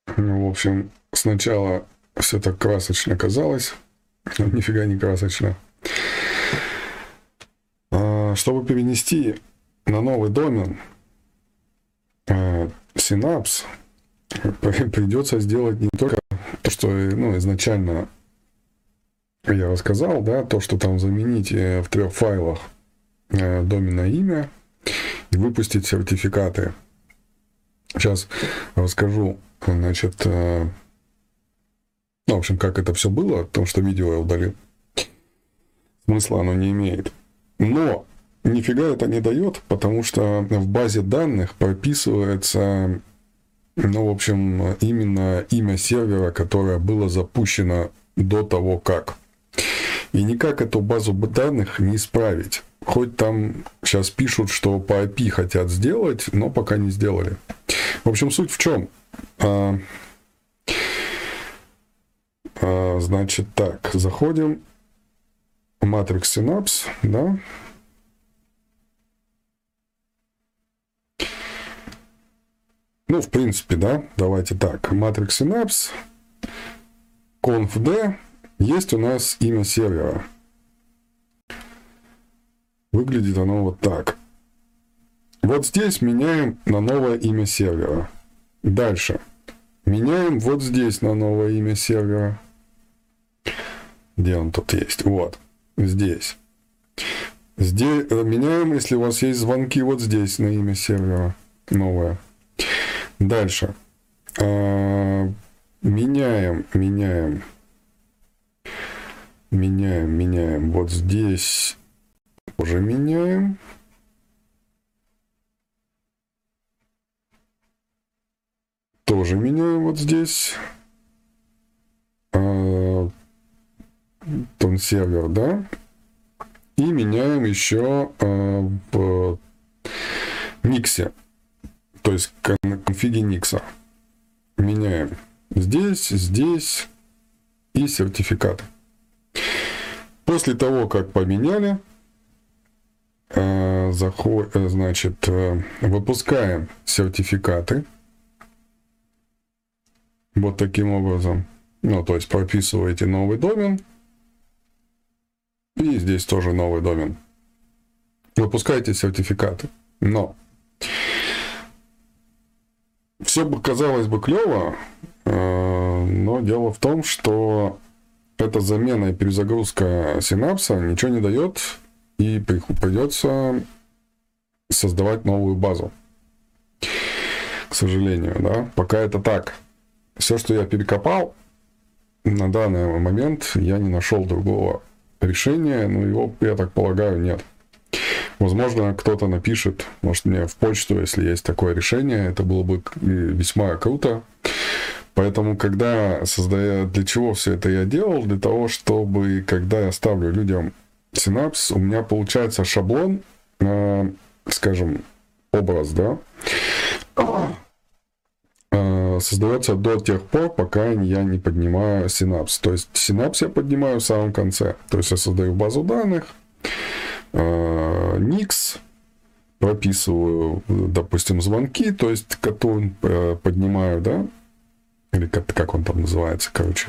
Ну, в общем, сначала все так красочно казалось, но нифига не красочно. Чтобы перенести на новый домен Synapse, придется сделать не только то, что изначально я рассказал, да, то, что там заменить в 3 файлах доменное имя и выпустить сертификаты. Сейчас расскажу, значит, в общем, как это все было, потому что видео я удалил. Смысла оно не имеет. Но нифига это не дает, потому что в базе данных прописывается, в общем, именно имя сервера, которое было запущено до того, как. И никак эту базу данных не исправить. Хоть там сейчас пишут, что по API хотят сделать, но пока не сделали. В общем, суть в чем? Значит так, заходим в Matrix Synapse, да. Ну, в принципе, да, давайте так. Matrix Synapse, conf.d, есть у нас имя сервера. Выглядит оно вот так. Вот здесь меняем на новое имя сервера. Дальше. Меняем вот здесь на новое имя сервера. Где он тут есть? Вот. Здесь. Здесь меняем, если у вас есть звонки, вот здесь на имя сервера. Новое. Дальше. Меняем. Вот здесь уже меняем. Тоже меняем вот здесь. Тон сервер, да. И меняем еще в Никсе. То есть конфиге Никса. Меняем здесь и сертификаты. После того, как поменяли, значит, выпускаем сертификаты. Вот таким образом. Ну, то есть прописываете новый домен. И здесь тоже новый домен. Выпускаете сертификаты. Но все бы казалось бы клево, но дело в том, что эта замена и перезагрузка синапса ничего не дает, и придется создавать новую базу. К сожалению, да. Пока это так. Все, что я перекопал, на данный момент я не нашел другого решения, но его, я так полагаю, нет. Возможно, кто-то напишет, может, мне в почту, если есть такое решение, это было бы весьма круто. Поэтому, когда для чего все это я делал? Для того, чтобы, когда я ставлю людям Synapse, у меня получается шаблон, скажем, образ, да, создается до тех пор, пока я не поднимаю Synapse. То есть Synapse я поднимаю в самом конце. То есть я создаю базу данных, Nix, прописываю, допустим, звонки, то есть Катун поднимаю, да, или как он там называется, короче.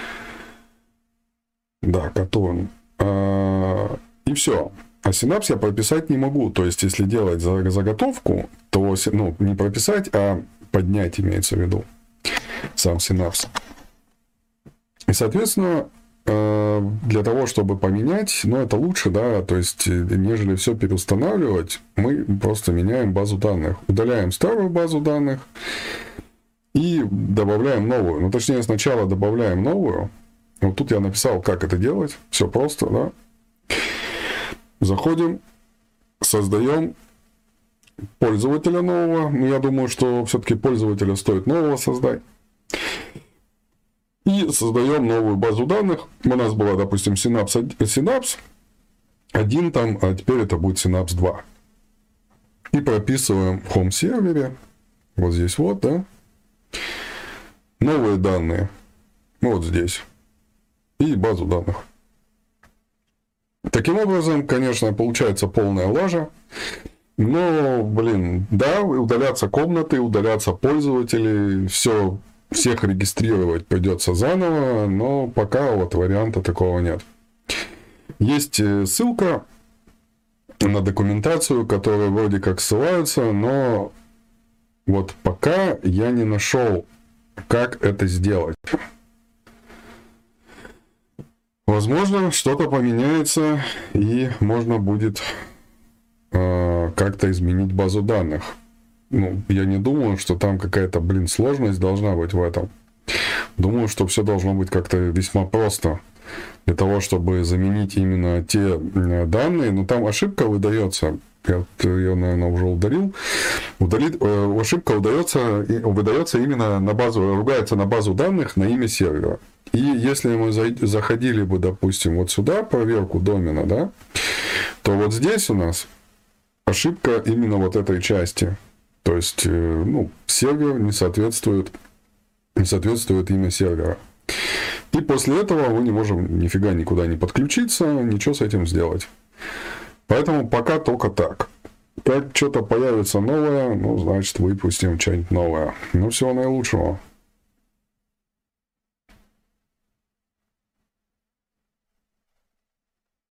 Да, Катун. И все. А Synapse я прописать не могу. То есть, если делать заготовку, то, ну, не прописать, а поднять имеется в виду сам Synapse. И, соответственно, для того, чтобы поменять, ну, это лучше, да, то есть, нежели все переустанавливать, мы просто меняем базу данных. Удаляем старую базу данных и добавляем новую. Ну, точнее, сначала добавляем новую. Вот тут я написал, как это делать. Все просто, да. Заходим, создаем пользователя нового. Ну, я думаю, что все-таки пользователя стоит нового создать. И создаем новую базу данных. У нас была, допустим, Synapse 1 там, а теперь это будет Synapse 2. И прописываем в Home сервере. Вот здесь вот, да. Новые данные. Вот здесь. И базу данных. Таким образом, конечно, получается полная лажа. Но, блин, да, удалятся комнаты, удалятся пользователи, все всех регистрировать придется заново, но пока вот варианта такого нет. Есть ссылка на документацию, которая вроде как ссылается, но вот пока я не нашел, как это сделать. Возможно, что-то поменяется, и можно будет как-то изменить базу данных. Ну, я не думаю, что там какая-то, сложность должна быть в этом. Думаю, что все должно быть как-то весьма просто. Для того, чтобы заменить именно те данные, но там ошибка выдается, я ее, наверное, уже удалил. Ошибка выдается именно на базу, ругается на базу данных на имя сервера. И если мы заходили бы, допустим, вот сюда, проверку домена, да, то вот здесь у нас ошибка именно вот этой части. То есть, сервер не соответствует имя сервера. И после этого мы не можем нифига никуда не подключиться, ничего с этим сделать. Поэтому пока только так. Как что-то появится новое, значит, выпустим что-нибудь новое. Всего наилучшего.